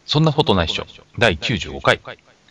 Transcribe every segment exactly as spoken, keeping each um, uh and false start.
そんなことないっしょだいきゅうじゅうごかい。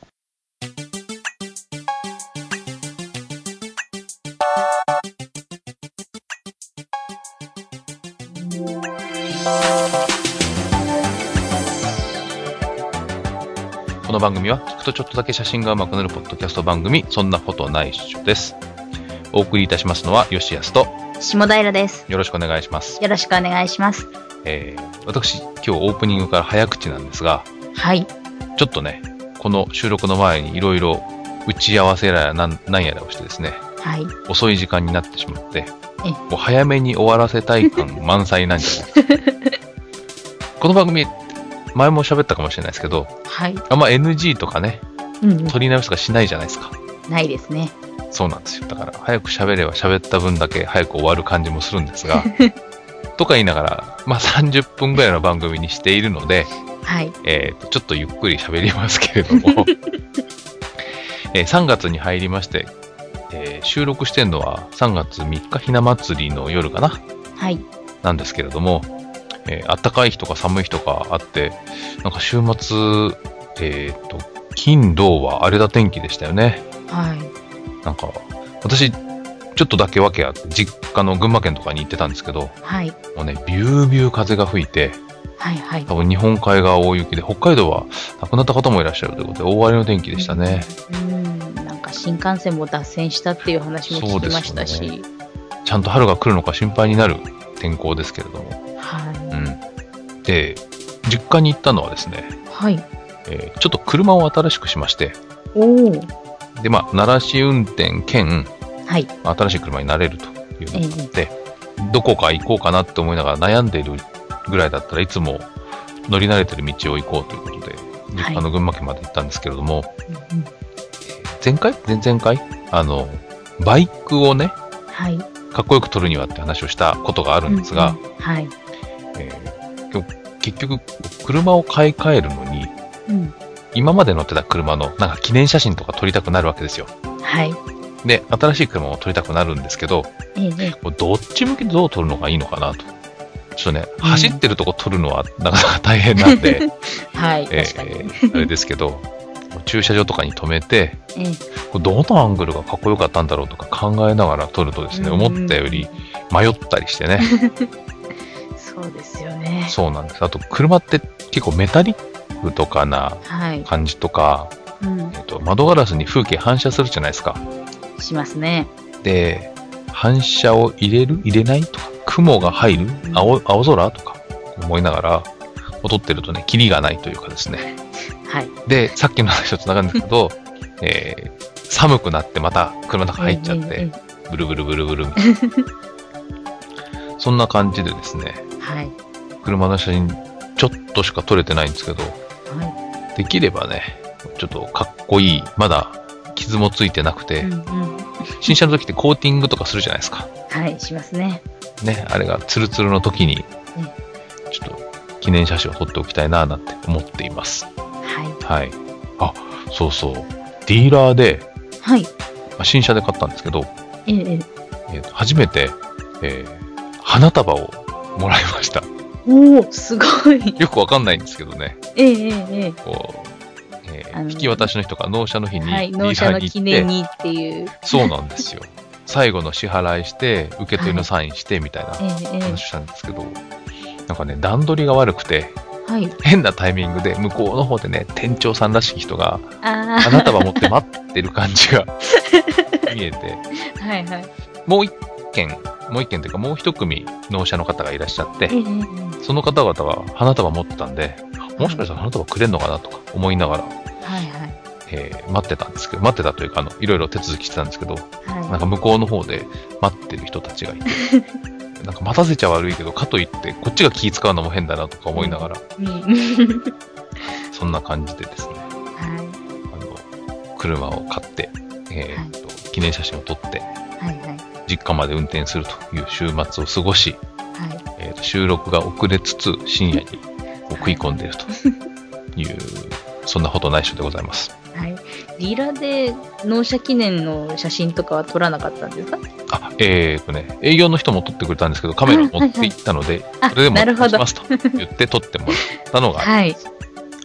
この番組は聞くとちょっとだけ写真が上手くなるポッドキャスト番組、そんなことないっしょです。お送りいたしますのは吉安と下平です。 よろしくお願いします。 よろしくお願いします。 えー、私今日オープニングから早口なんですが、 はい。 ちょっとね、この収録の前にいろいろ打ち合わせやらなんなんやらをしてですね、 はい。 遅い時間になってしまって、 えもう早めに終わらせたい感満載なんじゃないこの番組、前も喋ったかもしれないですけど、 はい。 あんま エヌジー とかね、 うん、うん。 撮り直しとかしないじゃないですか。 ないですね。 そうなんですよ。だから早く喋れば喋った分だけ早く終わる感じもするんですが、とか言いながら、まあさんじゅっぷんぐらいの番組にしているので、 はい。 えーと、ちょっとゆっくり喋りますけれども、えー、さんがつに入りまして、えー収録してるのはさんがつみっかひな祭りの夜かなはい。 なんですけれども、えー、暖かい日とか寒い日とかあって、なんか週末、えーと、金土は荒れた天気でしたよね。 はい。 なんか、私、ちょっとだけ訳あって、実家の群馬県とかに行ってたんですけど、 はい。 もうね、ビュービュー風が吹いて、 はいはい。 多分日本海側大雪で、北海道は亡くなった方もいらっしゃるということで、大荒れの天気でしたね。 うん。なんか新幹線も脱線したっていう話も聞きましたし、 ね、ちゃんと春が来るのか心配になる天候ですけれども。 はい。 うん。で、実家に行ったのはですね、 はい。 えーちょっと車を新しくしまして、 おお。 で、まあ、慣らし運転兼、 はい。 新しい車になれるというのがあって、どこか行こうかなって思いながら悩んでいるぐらいだったらいつも乗り慣れてる道を行こうということで、実家の群馬県まで行ったんですけれども、 うんうん。 前回前々回あの、バイクをね、 はい。 かっこよく撮るにはって話をしたことがあるんですが、 うんうん、はい。 えー今日結局、車を買い替えるのに、 うん。 今まで乗ってた車のなんか記念写真とか撮りたくなるわけですよ。 はい。 で、新しい車も撮りたくなるんですけど、 ええ。 これどっち向きでどう撮るのがいいのかなと。ちょっとね、 うん走ってるとこ撮るのはなかなか大変なんで、 はい。 え確かに。 ーあれですけど、駐車場とかに止めて、 ええ。 これどのアングルがかっこよかったんだろうとか考えながら撮るとですね、 うん思ったより迷ったりしてね。 そうですよね。 そうなんです。あと、車って結構メタリックとかなはい。 感じとか、 うん。 えっと、窓ガラスに風景反射するじゃないですか。 しますね。 で、反射を入れる入れないとか、雲が入る青青空とか思いながら、撮ってるとね、キリがないというかですね。 はい。 で、さっきの話とつながるんですけど、えー、寒くなってまた車の中入っちゃって、 えブルブルブルブルみたいな。そんな感じでですね、 え。はい。 車の写真ちょっとしか撮れてないんですけど、 はできればね、ちょっとかっこいい、まだ傷もついてなくて、 い。うんうん。 新車の時ってコーティングとかするじゃないですか。 はい。しますね。 ね、あれがツルツルの時に、ちょっと記念写真を撮っておきたいななんて思っています。 ははい。あ、そうそう。ディーラーで、 い。はい。 まあ新車で買ったんですけど、 ええ。ええーと初めて、えー花束をもらいました。 おお、すごい。 よくわかんないんですけどね。 えええええこう、えーあの引き渡しの人が納車の日にえ。はい。 ディ納車のーラーに行って、 記念にっていう。 そうなんですよ。最後の支払いして、受け取りのサインしてみたいなえええ話をしたんですけど、なんかね、段取りが悪くて、 え。はい。 変なタイミングで向こうの方でね、店長さんらしき人があ花束持って待ってる感じが見えて、 あ。はいはい。 もう一件、もう一件というかもう一組納車の方がいらっしゃってえ、えええ。 その方々は花束持ってたんで、もしかしたら花束くれんのかなとか思いながら、 はいはい。 えー待ってたんですけど、待ってたというか、あの、いろいろ手続きしてたんですけど、なんはか向こうの方で待ってる人たちがいて、なんか待たせちゃ悪いけど、かといって、こっちが気使うのも変だなとか思いながら、 い。うん。 そんな感じでですね、 はあの、車を買って、えーと、記念写真を撮って、 い。はいはい。 実家まで運転するという週末を過ごし、 はい。 えーと、収録が遅れつつ深夜にこう食い込んでいるという、そんなことないしょでございます。 はい。ディーラーで納車記念の写真とかは撮らなかったんですか？ あ、えーとね、営業の人も撮ってくれたんですけど、カメラ持って行ったので、 あ、 それでもおなるほど。 願いしますと言って撮ってもらったのが、 はい。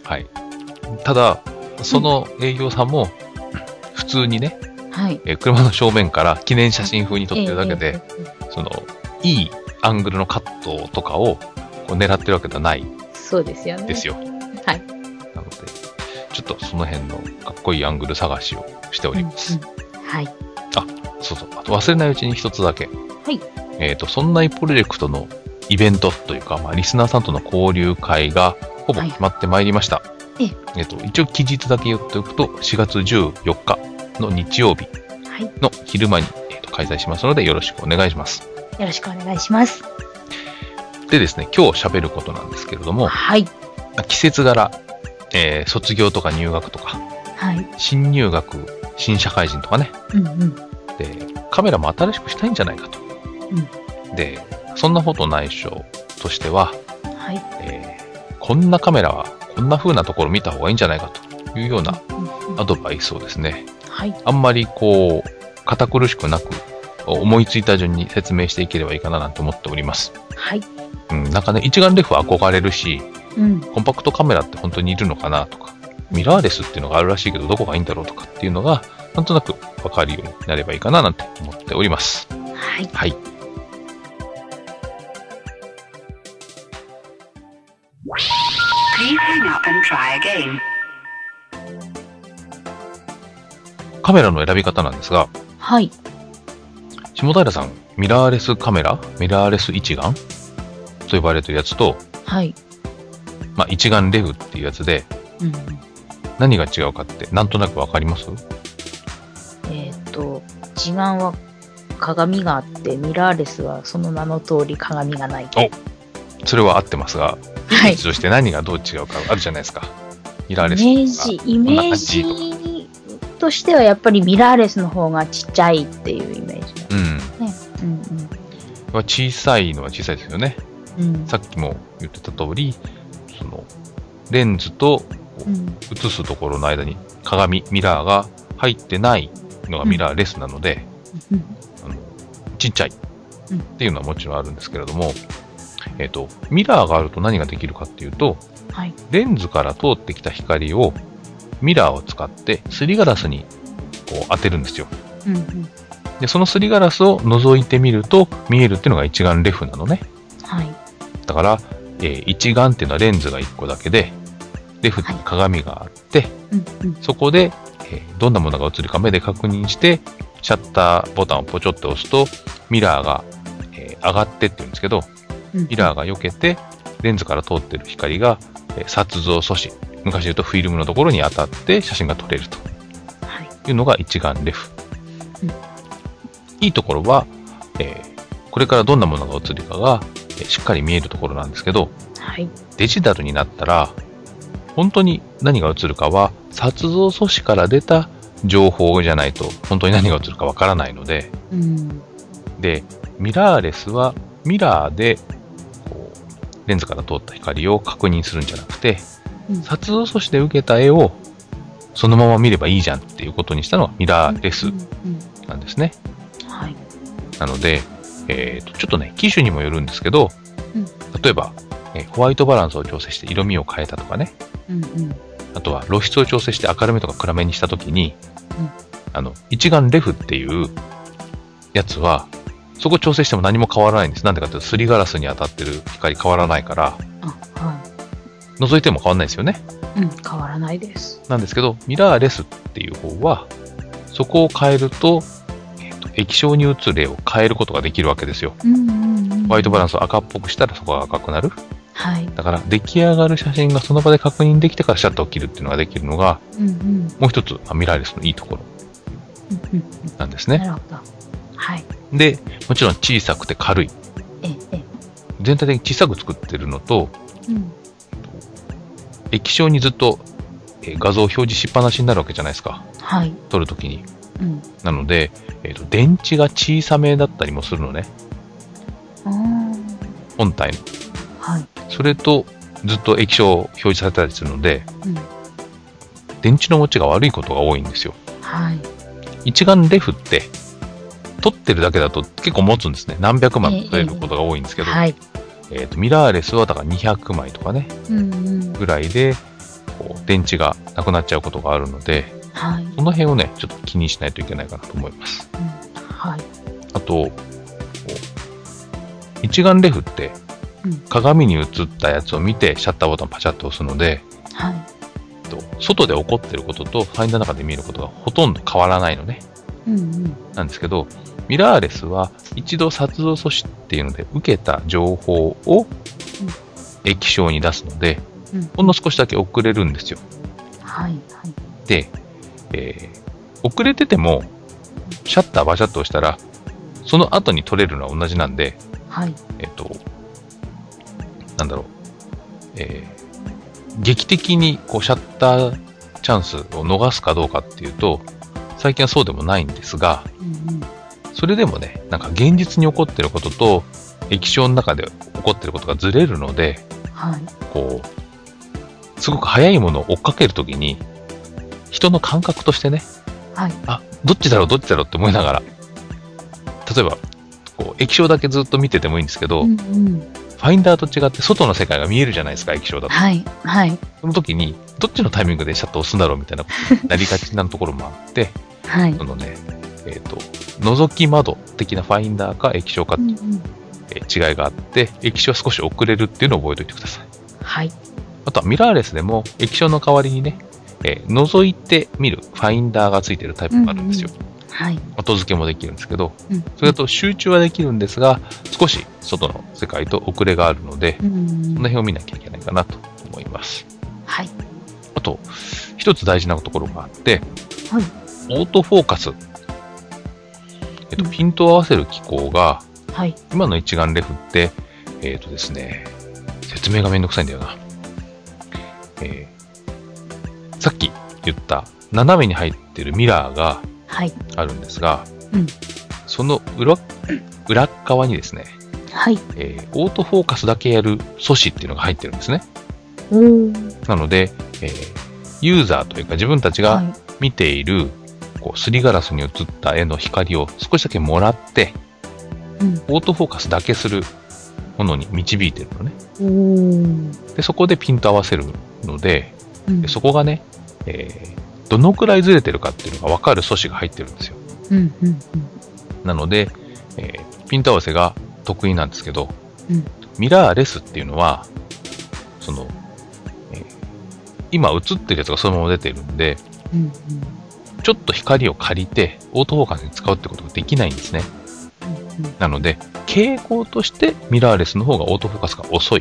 はい。ただ、その営業さんも、普通にね、 はい。 えー車の正面から記念写真風に撮ってるだけで、 ええええその、いいアングルのカットとかをこう狙ってるわけではないそうですよね。 ですよ。 はい。 なので、ちょっとその辺のかっこいいアングル探しをしております。 うんうん、はい。 そうそう。あと忘れないうちに一つだけ。 はい。 えっ、と、そんないプロジェクトのイベントというか、まあ、リスナーさんとの交流会がほぼ決まってまいりました。 はい、 えっ、と、一応期日だけ言っておくと、しがつじゅうよっかの日曜日の昼間に、えー、と開催しますので、よろしくお願いします。 よろしくお願いします。 でですね、今日喋ることなんですけれども、 はい。 季節柄、えー、卒業とか入学とか、 はい。 新入学、新社会人とかね、 うんうん。 で、カメラも新しくしたいんじゃないかと。 うん、 で、そんなことない人としては、 はい。 えー、こんなカメラはこんな風なところ見た方がいいんじゃないかというようなアドバイスをですね、 はい。 あんまりこう、堅苦しくなく、思いついた順に説明していければいいかななんて思っております。 はい。 うん、なんかね、一眼レフは憧れるし、 うん、 コンパクトカメラって本当にいるのかなとか、ミラーレスっていうのがあるらしいけど、どこがいいんだろうとかっていうのが、なんとなくわかるようになればいいかななんて思っております。 はい。 はい。カメラの選び方なんですが、 はい。 下平さん、ミラーレスカメラ、ミラーレス一眼と呼ばれてるやつと、 はい。 まあ、一眼レフっていうやつで、 うん、 何が違うかってなんとなくわかります？ えっ、ー、と、一眼は鏡があって、ミラーレスはその名の通り鏡がない。 お、それは合ってますが、イメージとして何がどう違うかあるじゃないですか。ミラーレスイメージ、イメージとしてはやっぱりミラーレスの方がちっちゃいっていうイメージだ、ね。うん。うんうん。小さいのは小さいですよね。 うん、 さっきも言ってた通り、そのレンズと映すところの間に鏡、ミラーが入ってないのがミラーレスなので、うん、あのちっちゃいっていうのはもちろんあるんですけれども、えっと、ミラーがあると何ができるかっていうと、 はい、 レンズから通ってきた光をミラーを使ってすりガラスにこう当てるんですよ。 うんうん、 で、そのすりガラスを覗いてみると見えるっていうのが一眼レフなのね。 はい、 だから、えー、一眼っていうのはレンズがいっこだけで、レフって鏡があって、はい、うんうん、そこで、えー、どんなものが映るか目で確認して、シャッターボタンをポチョって押すと、ミラーが、えー、上がってって言うんですけど、ミラーが避けて、レンズから通ってる光が、えー、撮像阻止、昔言うとフィルムのところに当たって写真が撮れると、はい、いうのが一眼レフ。うん、いいところは、えー、これからどんなものが映るかが、えー、しっかり見えるところなんですけど、はい、デジタルになったら、本当に何が映るかは、撮像阻止から出た情報じゃないと、本当に何が映るかわからないので、うん、で、ミラーレスは、ミラーで、こう、レンズから通った光を確認するんじゃなくて、うん、撮像阻止で受けた絵を、そのまま見ればいいじゃんっていうことにしたのがミラーレスなんですね。うんうんうん、はい。なので、えっと、ちょっとね、機種にもよるんですけど、うん、例えば、えホワイトバランスを調整して色味を変えたとかね、うんうん、あとは露出を調整して明るめとか暗めにしたときに、うん、あの一眼レフっていうやつはそこ調整しても何も変わらないんです。なんでかというとすりガラスに当たってる光変わらないから、あ、はい、覗いても変わらないですよね。 うん、変わらないです。 なんですけどミラーレスっていう方はそこを変えると、えーと、液晶に映る絵を変えることができるわけですよ。うんうんうん、ホワイトバランスを赤っぽくしたらそこが赤くなる。はい、だから出来上がる写真がその場で確認できてからシャッターを切るっていうのができるのが、うんうん、もう一つミラーレスのいいところなんですね。なるほど。はい。で、もちろん小さくて軽い。ええ、全体的に小さく作ってるのと、うん、液晶にずっと画像を表示しっぱなしになるわけじゃないですか。はい。撮るときに、うん。なので、えーと、電池が小さめだったりもするのね。本体の。はい。それとずっと液晶を表示されたりするので、うん、電池の持ちが悪いことが多いんですよ。はい。一眼レフって撮ってるだけだと結構持つんですね。何百枚も撮れることが多いんですけど、えーえーはい、えーとミラーレスはだからにひゃくまいとかね、うんうん、ぐらいでこ電池がなくなっちゃうことがあるので、 はい、 その辺をね、ちょっと気にしないといけないかなと思います。 うん、はい、 あと、一眼レフって、うん、鏡に映ったやつを見てシャッターボタンパチャッと押すので、はい、外で起こってることとファインダーの中で見ることがほとんど変わらないのね。うんうん、なんですけど、ミラーレスは一度撮像素子っていうので受けた情報を液晶に出すので、うん、ほんの少しだけ遅れるんですよ。はいはい、で、えー、遅れててもシャッターバチャッと押したらその後に撮れるのは同じなんで、はい、えっと、なんだろう、えー、劇的にこうシャッターチャンスを逃すかどうかっていうと、最近はそうでもないんですが、うんうん、それでもね、なんか現実に起こってることと液晶の中で起こってることがずれるので、はい、こう、すごく速いものを追っかけるときに、人の感覚としてね、はい、あ、どっちだろうどっちだろうって思いながら、例えば、こう液晶だけずっと見ててもいいんですけど、うんうん、ファインダーと違って外の世界が見えるじゃないですか、液晶だと。はいはい、その時に、どっちのタイミングでシャッターを押すんだろうみたいなことになりがちなところもあって、はい、そのね、えっと、覗き窓的なファインダーか液晶かっていう、うんうん、え違いがあって、液晶は少し遅れるっていうのを覚えておいてください。はい。あとはミラーレスでも液晶の代わりにね、えー、覗いて見るファインダーがついてるタイプがあるんですよ。うんうん、はい。後付けもできるんですけど、うん、それだと集中はできるんですが、少し外の世界と遅れがあるので、うんうん、その辺を見なきゃいけないかなと思います。はい。あと、一つ大事なところがあって、はい。オートフォーカス。えっと、ピントを合わせる機構が、はい、今の一眼レフって、えっとですね、説明がめんどくさいんだよな。えー、さっき言った斜めに入ってるミラーがあるんですが、はい、うん、その 裏, 裏側にですね、はい、えー、オートフォーカスだけやる素子っていうのが入ってるんですね。なので、えー、ユーザーというか自分たちが見ている、はい、こうすりガラスに映った絵の光を少しだけもらって、うん、オートフォーカスだけするものに導いてるのね。で、そこでピント合わせるので、うん、でそこがね、えー、どのくらいずれてるかっていうのが分かる素子が入ってるんですよ。うんうんうん、なので、えー、ピント合わせが得意なんですけど、うん、ミラーレスっていうのは、その、えー、今映ってるやつがそのまま出てるんで、うんうん、ちょっと光を借りてオートフォーカスに使うってことができないんですね。うんうん、なので、傾向としてミラーレスの方がオートフォーカスが遅い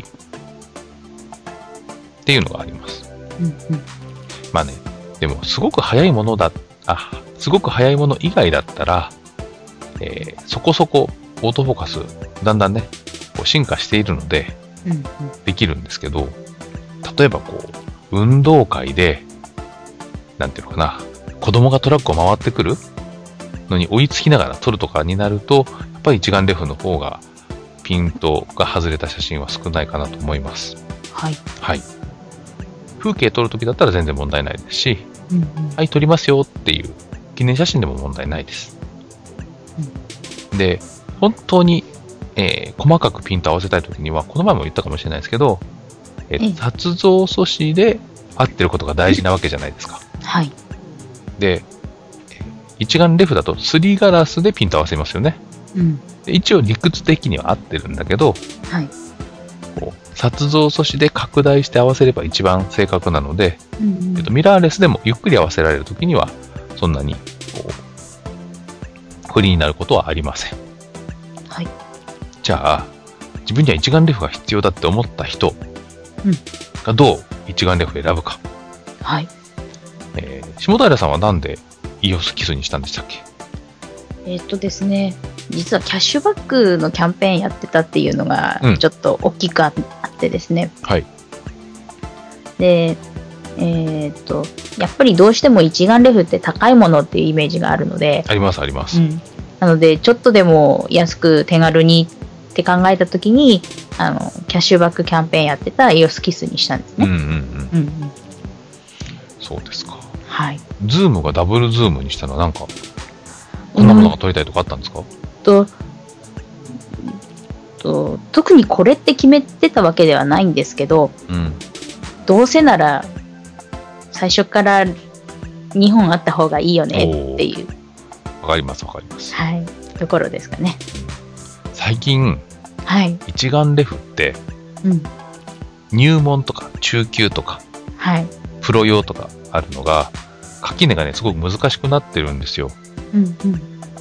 っていうのがあります。うんうん、まあね、でもすごく速いものだ、あ、すごく速いもの以外だったら、えー、そこそこオートフォーカスだんだんね、こう進化しているので、うんうん、できるんですけど、例えばこう、運動会で、なんていうのかな、子供がトラックを回ってくるのに追いつきながら撮るとかになると、やっぱり一眼レフの方がピントが外れた写真は少ないかなと思います。はい。はい。風景撮るときだったら全然問題ないですし、うんうん、はい、撮りますよっていう記念写真でも問題ないです。うん、で、本当に、えー、細かくピント合わせたいときには、この前も言ったかもしれないですけど、えー、撮像素子で合ってることが大事なわけじゃないですか。はい。で、一眼レフだとすりガラスでピント合わせますよね。うん、で一応理屈的には合ってるんだけど、はい、こう撮像素子で拡大して合わせれば一番正確なので、うんうん、えっと、ミラーレスでもゆっくり合わせられるときにはそんなにこう不利になることはありません。はい、じゃあ自分には一眼レフが必要だって思った人がどう一眼レフを選ぶか。はい、えー、下平さんはなんでイーオーエス キスにしたんでしたっけ？ えっとですね、実はキャッシュバックのキャンペーンやってたっていうのがちょっと大きくあってですね、うん、はい、で、えー、っとやっぱりどうしても一眼レフって高いものっていうイメージがあるので、 ありますあります、うん、 なのでちょっとでも安く手軽にって考えたときに、あのキャッシュバックキャンペーンやってた イーオーエス キスにしたんですね。うんうんうん、うんうん、 そうですか。 はい。 ズームがダブルズームにしたのはなんかこんなものが撮りたいとかあったんですか？うん、 とと特にこれって決めてたわけではないんですけど、うん、どうせなら最初からにほんあった方がいいよねっていう。 わかりますわかります。 はい。ところですかね。 最近、 はい、 一眼レフって、うん、入門とか中級とか、はい、プロ用とかあるのが垣根がねすごく難しくなってるんですよ。うんうん、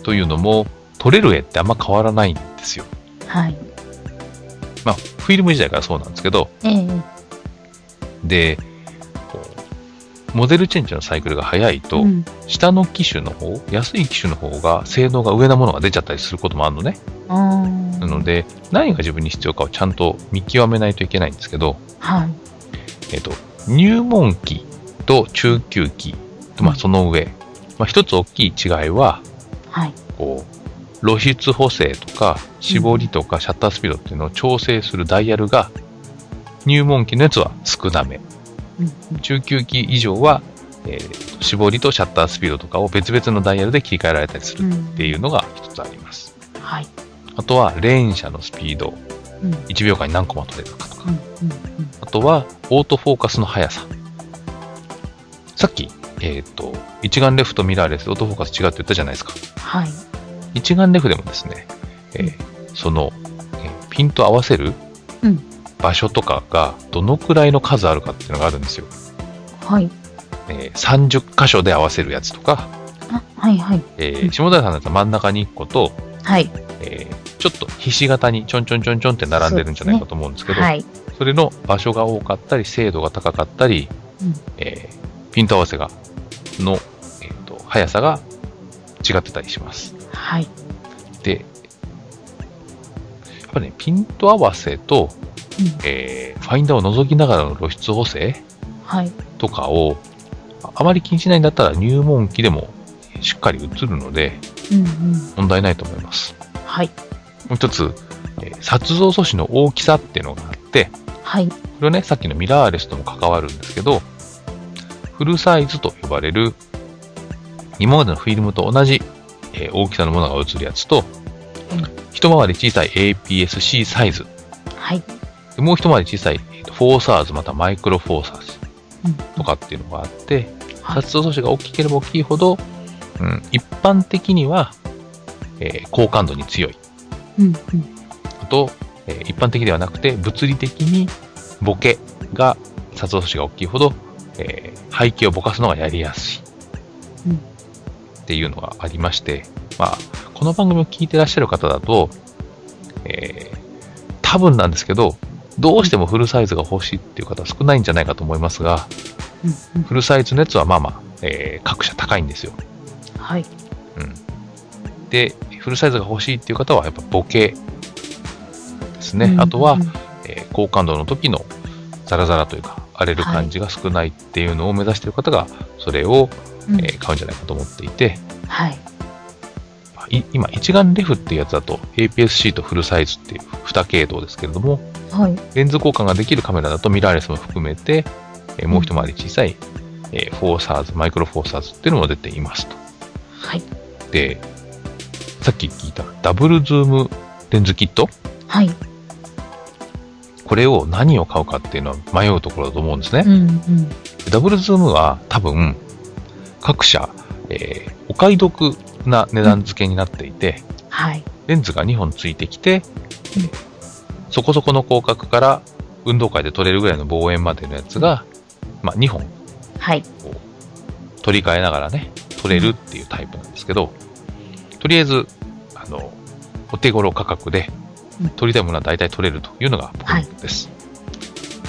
というのも撮れる絵ってあんま変わらないんですよ。はい。まあフィルム時代からそうなんですけど、えー、でモデルチェンジのサイクルが早いと、うん、下の機種の方、安い機種の方が性能が上なものが出ちゃったりすることもあるのね。なので何が自分に必要かをちゃんと見極めないといけないんですけど、はい、えっと入門機と中級機と、まあ、その上、うん、まあ、一つ大きい違いは、はい、こう露出補正とか絞りとかシャッタースピードっていうのを調整するダイヤルが入門機のやつは少なめ、うん、中級機以上は、えー、絞りとシャッタースピードとかを別々のダイヤルで切り替えられたりするっていうのが一つあります。うん、はい。あとは連写のスピード、うん、いちびょうかんに何コマ撮れるかとか、うんうんうん、あとはオートフォーカスの速さ。さっき、えっと、一眼レフとミラーレスでオートフォーカス違うって言ったじゃないですか。はい。一眼レフでもですね、えー、その、えー、ピント合わせる場所とかがどのくらいの数あるかっていうのがあるんですよ。はい。えー、さんじゅっかしょで合わせるやつとか、あ、はいはい。えー、下平さんだったら真ん中にいっこと、はい。えー、ちょっとひし形にちょんちょんちょんちょんって並んでるんじゃないかと思うんですけど、そ, ね、はい、それの場所が多かったり精度が高かったり、うんえー、ピント合わせがの、えーと、速さが違ってたりします。はい。で、やっぱりねピント合わせと、うんえー、ファインダーを覗きながらの露出補正、はい、とかをあまり気にしないんだったら入門機でもしっかり映るので、うんうん、問題ないと思います。はい。もう一つ、えー、撮像素子の大きさっていうのがあって、はい。これはね、さっきのミラーレスとも関わるんですけど、フルサイズと呼ばれる、今までのフィルムと同じ、えー、大きさのものが映るやつと、うん、一回り小さい エーピーエスシー サイズ。はい。でもう一回り小さい、えー、フォーサーズまたマイクロフォーサーズとかっていうのがあって、うん、撮像素子が大きければ大きいほど、うん、一般的には、えー、高感度に強い。うんうん、あと、えー、一般的ではなくて物理的にボケが撮像素子が大きいほど、えー、背景をぼかすのがやりやすい、うん、っていうのがありまして、まあ、この番組を聞いてらっしゃる方だと、えー、多分なんですけどどうしてもフルサイズが欲しいっていう方は少ないんじゃないかと思いますが、うんうん、フルサイズのやつはまあまあ、えー、各社高いんですよ。はい。うん。で、フルサイズが欲しいっていう方はやっぱボケですね。うんうん、あとは、えー、高感度の時のザラザラというか荒れる感じが少ないっていうのを目指している方がそれを、うんえー、買うんじゃないかと思っていて、はい。い今一眼レフっていうやつだと エーピーエスシー とフルサイズっていうに系統ですけれども、はい、レンズ交換ができるカメラだとミラーレスも含めて、えー、もう一回り小さい、えー、フォーサーズ、マイクロフォーサーズっていうのも出ていますと。はい。で、さっき聞いたダブルズームレンズキット、はい、これを何を買うかっていうのは迷うところだと思うんですね。うんうん、ダブルズームは多分各社、えー、お買い得な値段付けになっていて、うんはい、レンズがにほんついてきて、うん、そこそこの広角から運動会で撮れるぐらいの望遠までのやつが、まあ、にほん、はい、取り替えながらね撮れるっていうタイプなんですけど、とりあえずあのお手頃価格で撮りたいものは大体撮れるというのがポイントです、はい、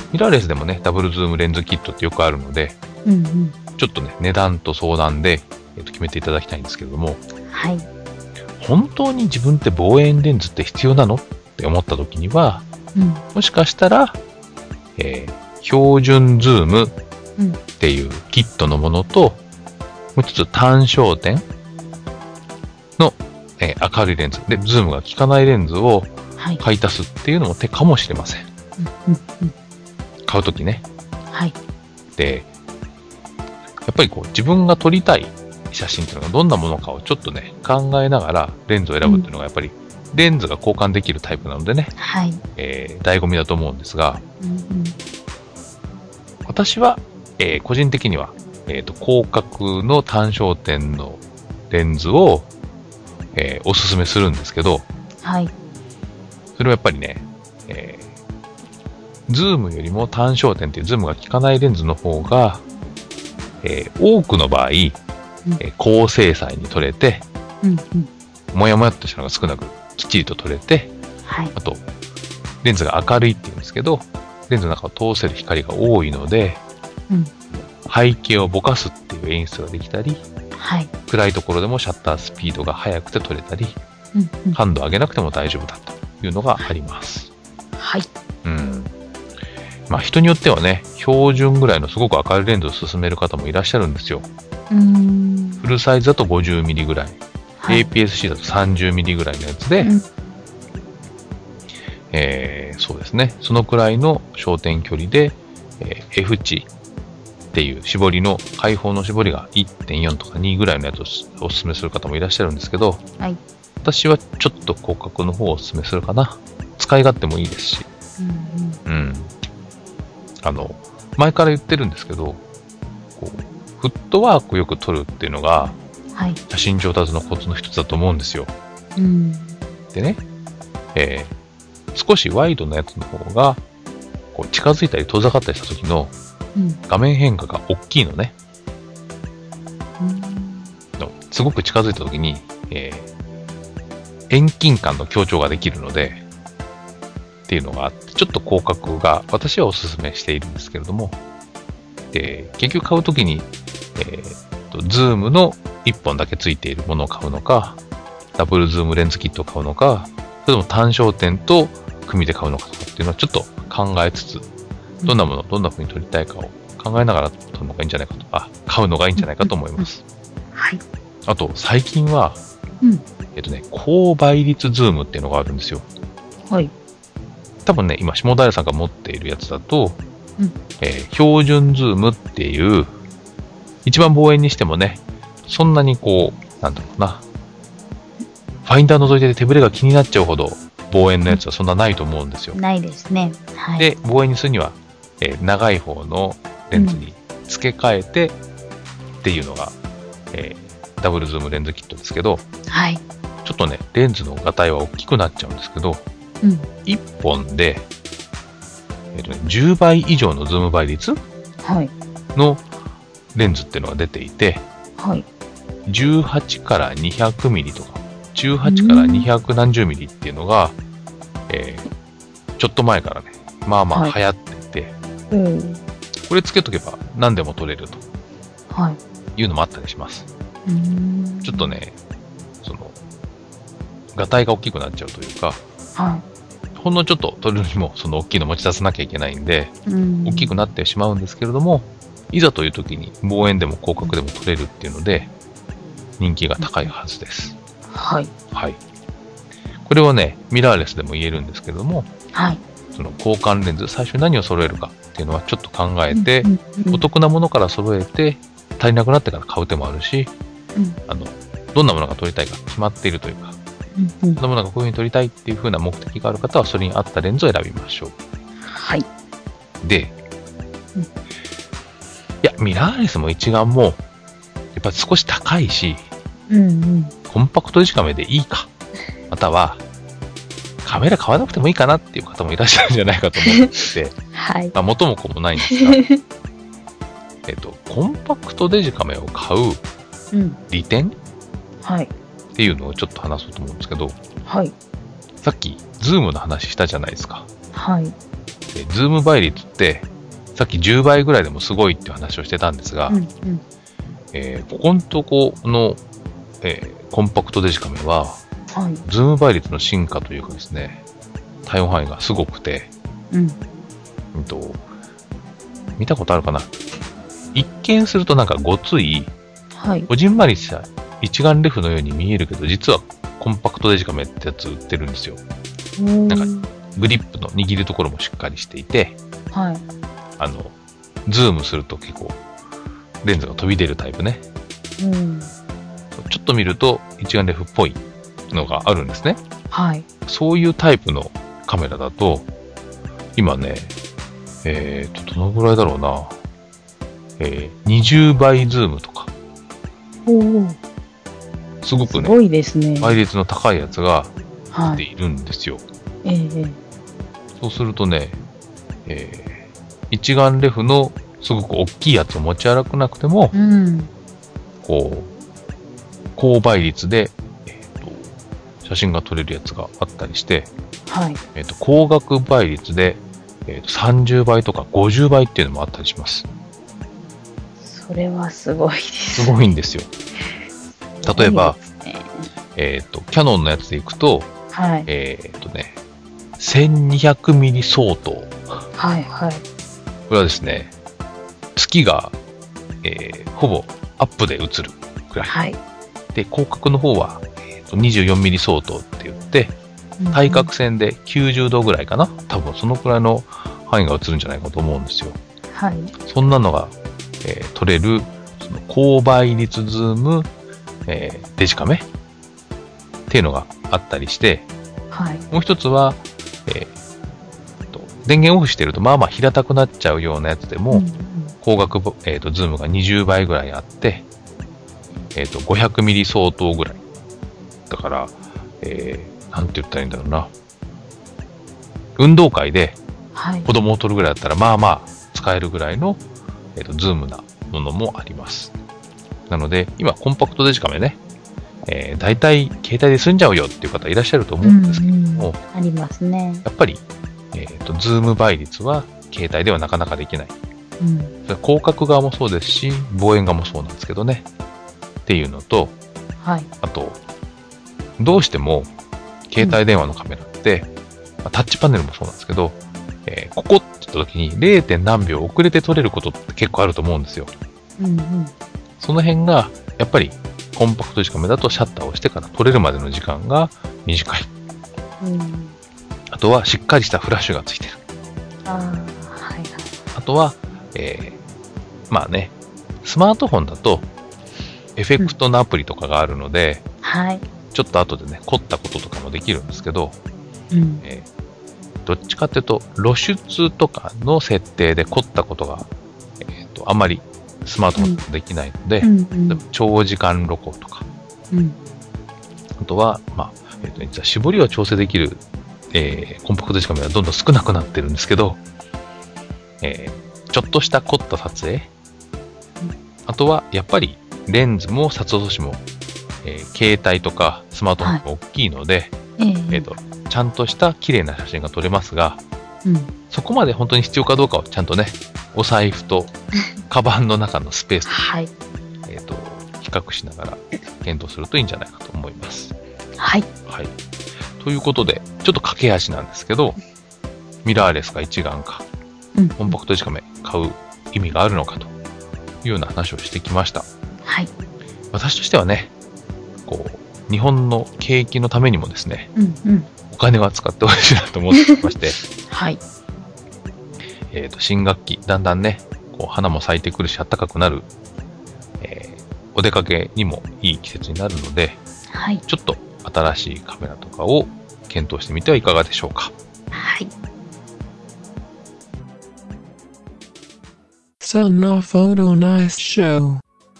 ミラーレスでもねダブルズームレンズキットってよくあるので、うんうん、ちょっとね値段と相談で、えー、と決めていただきたいんですけれども、はい、本当に自分って望遠レンズって必要なのって思った時には、うん、もしかしたら、えー、標準ズームっていうキットのものと、もう一つ単焦点の、えー、明るいレンズでズームが効かないレンズを買い足すっていうのも手かもしれません、はいうんうんうん、買うときね、はい、でやっぱりこう自分が撮りたい写真っていうのがどんなものかをちょっとね考えながらレンズを選ぶっていうのがやっぱり、うん、レンズが交換できるタイプなのでね、はいえー、醍醐味だと思うんですが、うんうん、私はえー、個人的には、えっと、広角の単焦点のレンズを、えー、おすすめするんですけど、 はい。 それはやっぱりね、えー、ズームよりも単焦点っていうズームが効かないレンズの方が、えー、多くの場合、うん、えー、高精細に撮れて、うんうん、もやもやっとしたのが少なくきっちりと撮れて、はい、あと、レンズが明るいっていうんですけど、レンズの中を通せる光が多いので、うん、背景をぼかすっていう演出ができたり、はい、暗いところでもシャッタースピードが速くて撮れたり、うんうん、感度を上げなくても大丈夫だというのがあります。 はい。 うん。まあ人によってはね、標準ぐらいのすごく明るいレンズを勧める方もいらっしゃるんですよ。うーん、フルサイズだと ごじゅうミリ ぐらい、はい、エーピーエスシー だと さんじゅうミリ ぐらいのやつで、うん、えー、そうですね、そのくらいの焦点距離で、えー、F 値っていう絞りの開放の絞りが いってんよん とかにぐらいのやつをお勧めする方もいらっしゃるんですけど、はい、私はちょっと広角の方をお勧めするかな。使い勝手もいいですし、うんうん、うん、あの前から言ってるんですけど、こうフットワークよく撮るっていうのが、はい、写真上達のコツの一つだと思うんですよ。うん、でね、えー、少しワイドなやつの方がこう近づいたり遠ざかったりした時の画面変化が大きいのね。うん、すごく近づいた時に、えー、遠近感の強調ができるのでっていうのがあって、ちょっと広角が私はおすすめしているんですけれども、で結局買う時に、えー、とズームのいっぽんだけついているものを買うのか、ダブルズームレンズキットを買うのか、それとも単焦点と組で買うのかとかっていうのはちょっと考えつつ、どんなものをどんな風に撮りたいかを考えながら撮るのがいいんじゃないかとか、買うのがいいんじゃないかと思います。 はい。 あと最近は、うん、えっとね、高倍率ズームっていうのがあるんですよ。はい。多分ね、今下平さんが持っているやつだと、うん、えー、標準ズームっていう一番望遠にしてもね、そんなにこうなんだろうな、ファインダー覗いてて手ぶれが気になっちゃうほど望遠のやつはそんなないと思うんですよ。 ないですね。はい。 で、望遠にするには、えー、長い方のレンズに付け替えてっていうのが、うん、えー、ダブルズームレンズキットですけど、はい。ちょっとね、レンズの画体は大きくなっちゃうんですけど、うん、いっぽんで、えーとね、じゅうばい以上のズーム倍率のレンズっていうのが出ていて、はい、じゅうはちからにひゃくミリとか、じゅうはちからにひゃくなんじゅうミリっていうのが、えー、ちょっと前からね、まあまあ流行っていて、はい、うん、これつけとけば何でも撮れると、はい、いうのもあったりします。うん、ちょっとね、その、画体が大きくなっちゃうというか、はい、ほんのちょっと撮るにもその大きいの持ち出さなきゃいけないんで、うん、大きくなってしまうんですけれども、いざという時に望遠でも広角でも撮れるっていうので、人気が高いはずです。はい。はい。これはね、ミラーレスでも言えるんですけれども、はい。その交換レンズ、最初に何を揃えるかっていうのはちょっと考えて、うんうんうん、お得なものから揃えて、足りなくなってから買う手もあるし、うん、あの、どんなものが撮りたいか決まっているというか、うんうん、どんなものがこういうふうに撮りたいっていうふうな目的がある方は、それに合ったレンズを選びましょう。はい。で、うん、いや、ミラーレスも一眼も、やっぱ少し高いし、うんうん、コンパクトデジカメでいいか、または、カメラ買わなくてもいいかなっていう方もいらっしゃるんじゃないかと思って、はい。まあ、元も子もないんですが、えっと、コンパクトデジカメを買う利点、うん、はい。っていうのをちょっと話そうと思うんですけど、はい。さっき、ズームの話したじゃないですか。はい。で、ズーム倍率って、さっきじゅうばいぐらいでもすごいっていう話をしてたんですが、うんうん、えー、ここのとこの、えー、コンパクトデジカメは、はい、ズーム倍率の進化というかですね、対応範囲がすごくて、うん。うんと、見たことあるかな？一見するとなんかごつい、はい、こじんまりした一眼レフのように見えるけど、実はコンパクトデジカメってやつ売ってるんですよ。なんか、グリップの握るところもしっかりしていて、はい。あの、ズームすると結構、レンズが飛び出るタイプね。うん。ちょっと見ると一眼レフっぽいのがあるんですね。はい。そういうタイプのカメラだと、今ね、えーと、どのぐらいだろうな。 えー、にじゅうばいズームとか。 おすごくね、 すごいですね。 倍率の高いやつが出ているんですよ。 はい、えー、 そうするとね、えー、一眼レフのすごく大きいやつを持ち歩かなくても、うん、こう、高倍率で、えーと、写真が撮れるやつがあったりして、はい、えーと、高額倍率で、えーと、さんじゅうばいとかごじゅうばいっていうのもあったりします。 それはすごいです。 すごいんですよ。例えば、ね、えっ、ー、と、キャノンのやつでいくと、はい、えっ、ー、とね、せんにひゃくミリ相当。はいはい。これはですね、月が、えー、ほぼアップで映るくらい。はい。で、広角の方は、えー、とにじゅうよんミリ相当って言って、対角線できゅうじゅうどぐらいかな。多分そのくらいの範囲が映るんじゃないかと思うんですよ。はい。そんなのが、えー、撮れる、その高倍率ズーム、えー、デジカメっていうのがあったりして、はい、もう一つは、えー、と電源オフしてるとまあまあ平たくなっちゃうようなやつでも、うんうん、光学、えー、とズームがにじゅうばいぐらいあって、えー、とごひゃくミリ相当ぐらいだから、えー、なんて言ったらいいんだろうな、運動会で子供を撮るぐらいだったらまあまあ使えるぐらいの、えー、とズームなものもあります。なので、今、コンパクトデジカメね、えー、大体、携帯で済んじゃうよっていう方いらっしゃると思うんですけども、うんうん、 ありますね。 やっぱり、えっと、ズーム倍率は、携帯ではなかなかできない。うん、それ広角側もそうですし、望遠側もそうなんですけどね。っていうのと、はい、あと、どうしても、携帯電話のカメラって、うん、タッチパネルもそうなんですけど、えー、ここって言った時に れい. 何秒遅れて撮れることって結構あると思うんですよ。うんうんその辺が、やっぱり、コンパクトデジカメだとシャッターを押してから撮れるまでの時間が短い。うん、あとは、しっかりしたフラッシュがついてる。あ、はいはい、あとは、えー、まあね、スマートフォンだと、エフェクトのアプリとかがあるので、うんはい、ちょっと後でね、凝ったこととかもできるんですけど、うんえー、どっちかっていうと、露出とかの設定で凝ったことが、えーと、あんまり、スマートフォンでできないので、うんうんうん、長時間露光とか、うん、あとは、まあ、えーと、実は絞りを調整できる、えー、コンパクトデジカメはどんどん少なくなってるんですけど、えー、ちょっとした凝った撮影、うん、あとは、やっぱりレンズも撮影しも、えー、携帯とかスマートフォンが大きいので、はいえーえーと、ちゃんとした綺麗な写真が撮れますが、うん、そこまで本当に必要かどうかをちゃんとね、お財布とカバンの中のスペースと、はいえーと、比較しながら検討するといいんじゃないかと思います。はい。はい。ということで、ちょっと駆け足なんですけど、ミラーレスか一眼か、うん、コンパクトデジカメ買う意味があるのかというような話をしてきました。はい。私としてはね、こう、日本の景気のためにもですね、うんうん、お金は使ってほしいなと思ってまして、はい。えっと、新学期、だんだんね、こう花も咲いてくるし、暖かくなる、えー、お出かけにもいい季節になるので、はい、ちょっと新しいカメラとかを検討してみてはいかがでしょうか。はい。So no photo nice show.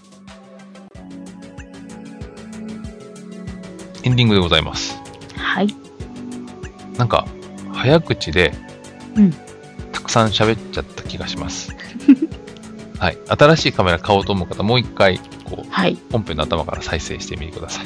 エンディングでございます。はい。なんか、早口で、うん。たくさん喋っちゃった気がします。はい。新しいカメラ買おうと思う方、もう一回、こう、はい、本編の頭から再生してみてください。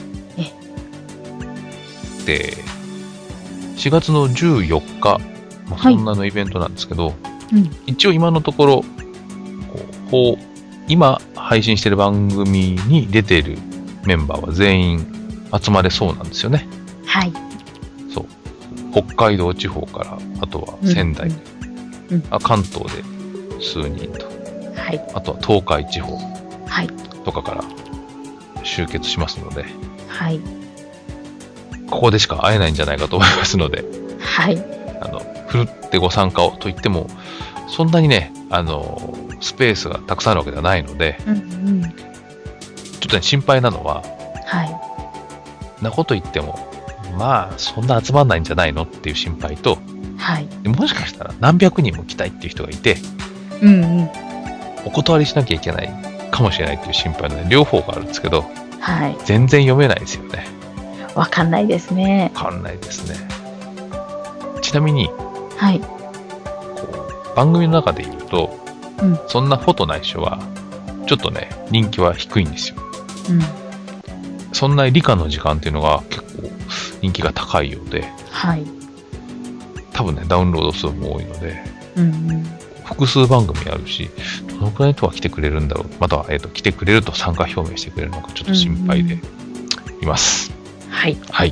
で、しがつのじゅうよっか、まあ、そんなのイベントなんですけど、はいうん、一応今のところ、こう、今配信している番組に出ているメンバーは全員集まれそうなんですよね。はい。そう。北海道地方から、あとは仙台で、うんうん、あ関東で数人と、はい、あとは東海地方とかから集結しますので、はい、ここでしか会えないんじゃないかと思いますので、はい、あのふるってご参加をと言ってもそんなにねあのスペースがたくさんあるわけではないので、うんうん、ちょっとね心配なのは、はい、なこと言ってもまあそんな集まんないんじゃないのっていう心配と、はい、もしかしたら何百人も来たいっていう人がいて、うんうん、 お断りしなきゃいけないかもしれないという心配の、ね、両方があるんですけど、 はい、 全然読めないですよね。 わかんないですね。 わかんないですね。ちなみに、 はい、 こう番組の中で言うと、うん、そんなフォトないっしょはちょっとね人気は低いんですよ。うん、そんな理科の時間っていうのが結構人気が高いようで、 はい、 多分ねダウンロード数も多いので、 うんうん、 複数番組あるし、どのくらいの人が来てくれるんだろう、または、えーと、来てくれると参加表明してくれるのかちょっと心配でいます。 うんうん、はい。 はい。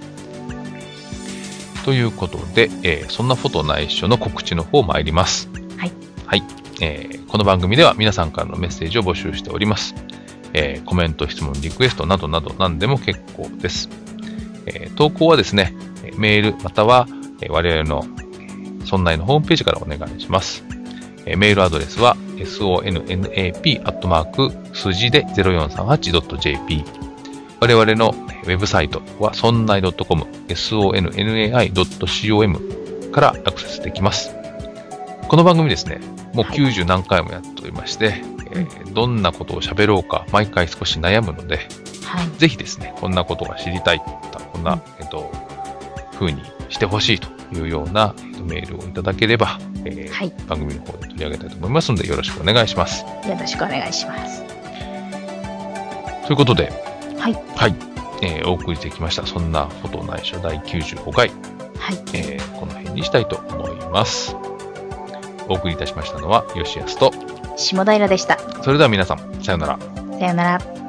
ということで、えー、そんなフォトないっしょの告知の方参ります。 はい。 はい。えー、この番組では皆さんからのメッセージを募集しております。えー、コメント、質問、リクエストなどなど何でも結構です。えー、投稿はですね、メールまたは、えー、我々のそんないのホームページからお願いします。えー、メールアドレスは sonnap アットマーク数字で ゼロよんさんはちドットジェーピー。我々のウェブサイトは ソンナイドットコム ソンナイドットコム からアクセスできます。この番組ですね、もうきゅうじゅう何回もやっておりまして、はい、えー、どんなことを喋ろうか毎回少し悩むので、はい、ぜひですね、こんなことが知りたい、こんな、えっと、風にしてほしいというような、えっと、メールをいただければ、えーはい、番組の方で取り上げたいと思いますので、よろしくお願いします。 よろしくお願いします。 ということで、 はい。 はい。えー、お送りしてきました。そんなフォトないしょだいきゅうじゅうごかい。 はい。 えー、この辺にしたいと思います。お送りいたしましたのは、吉安と下平でした。 それでは皆さん、さようなら。 さようなら。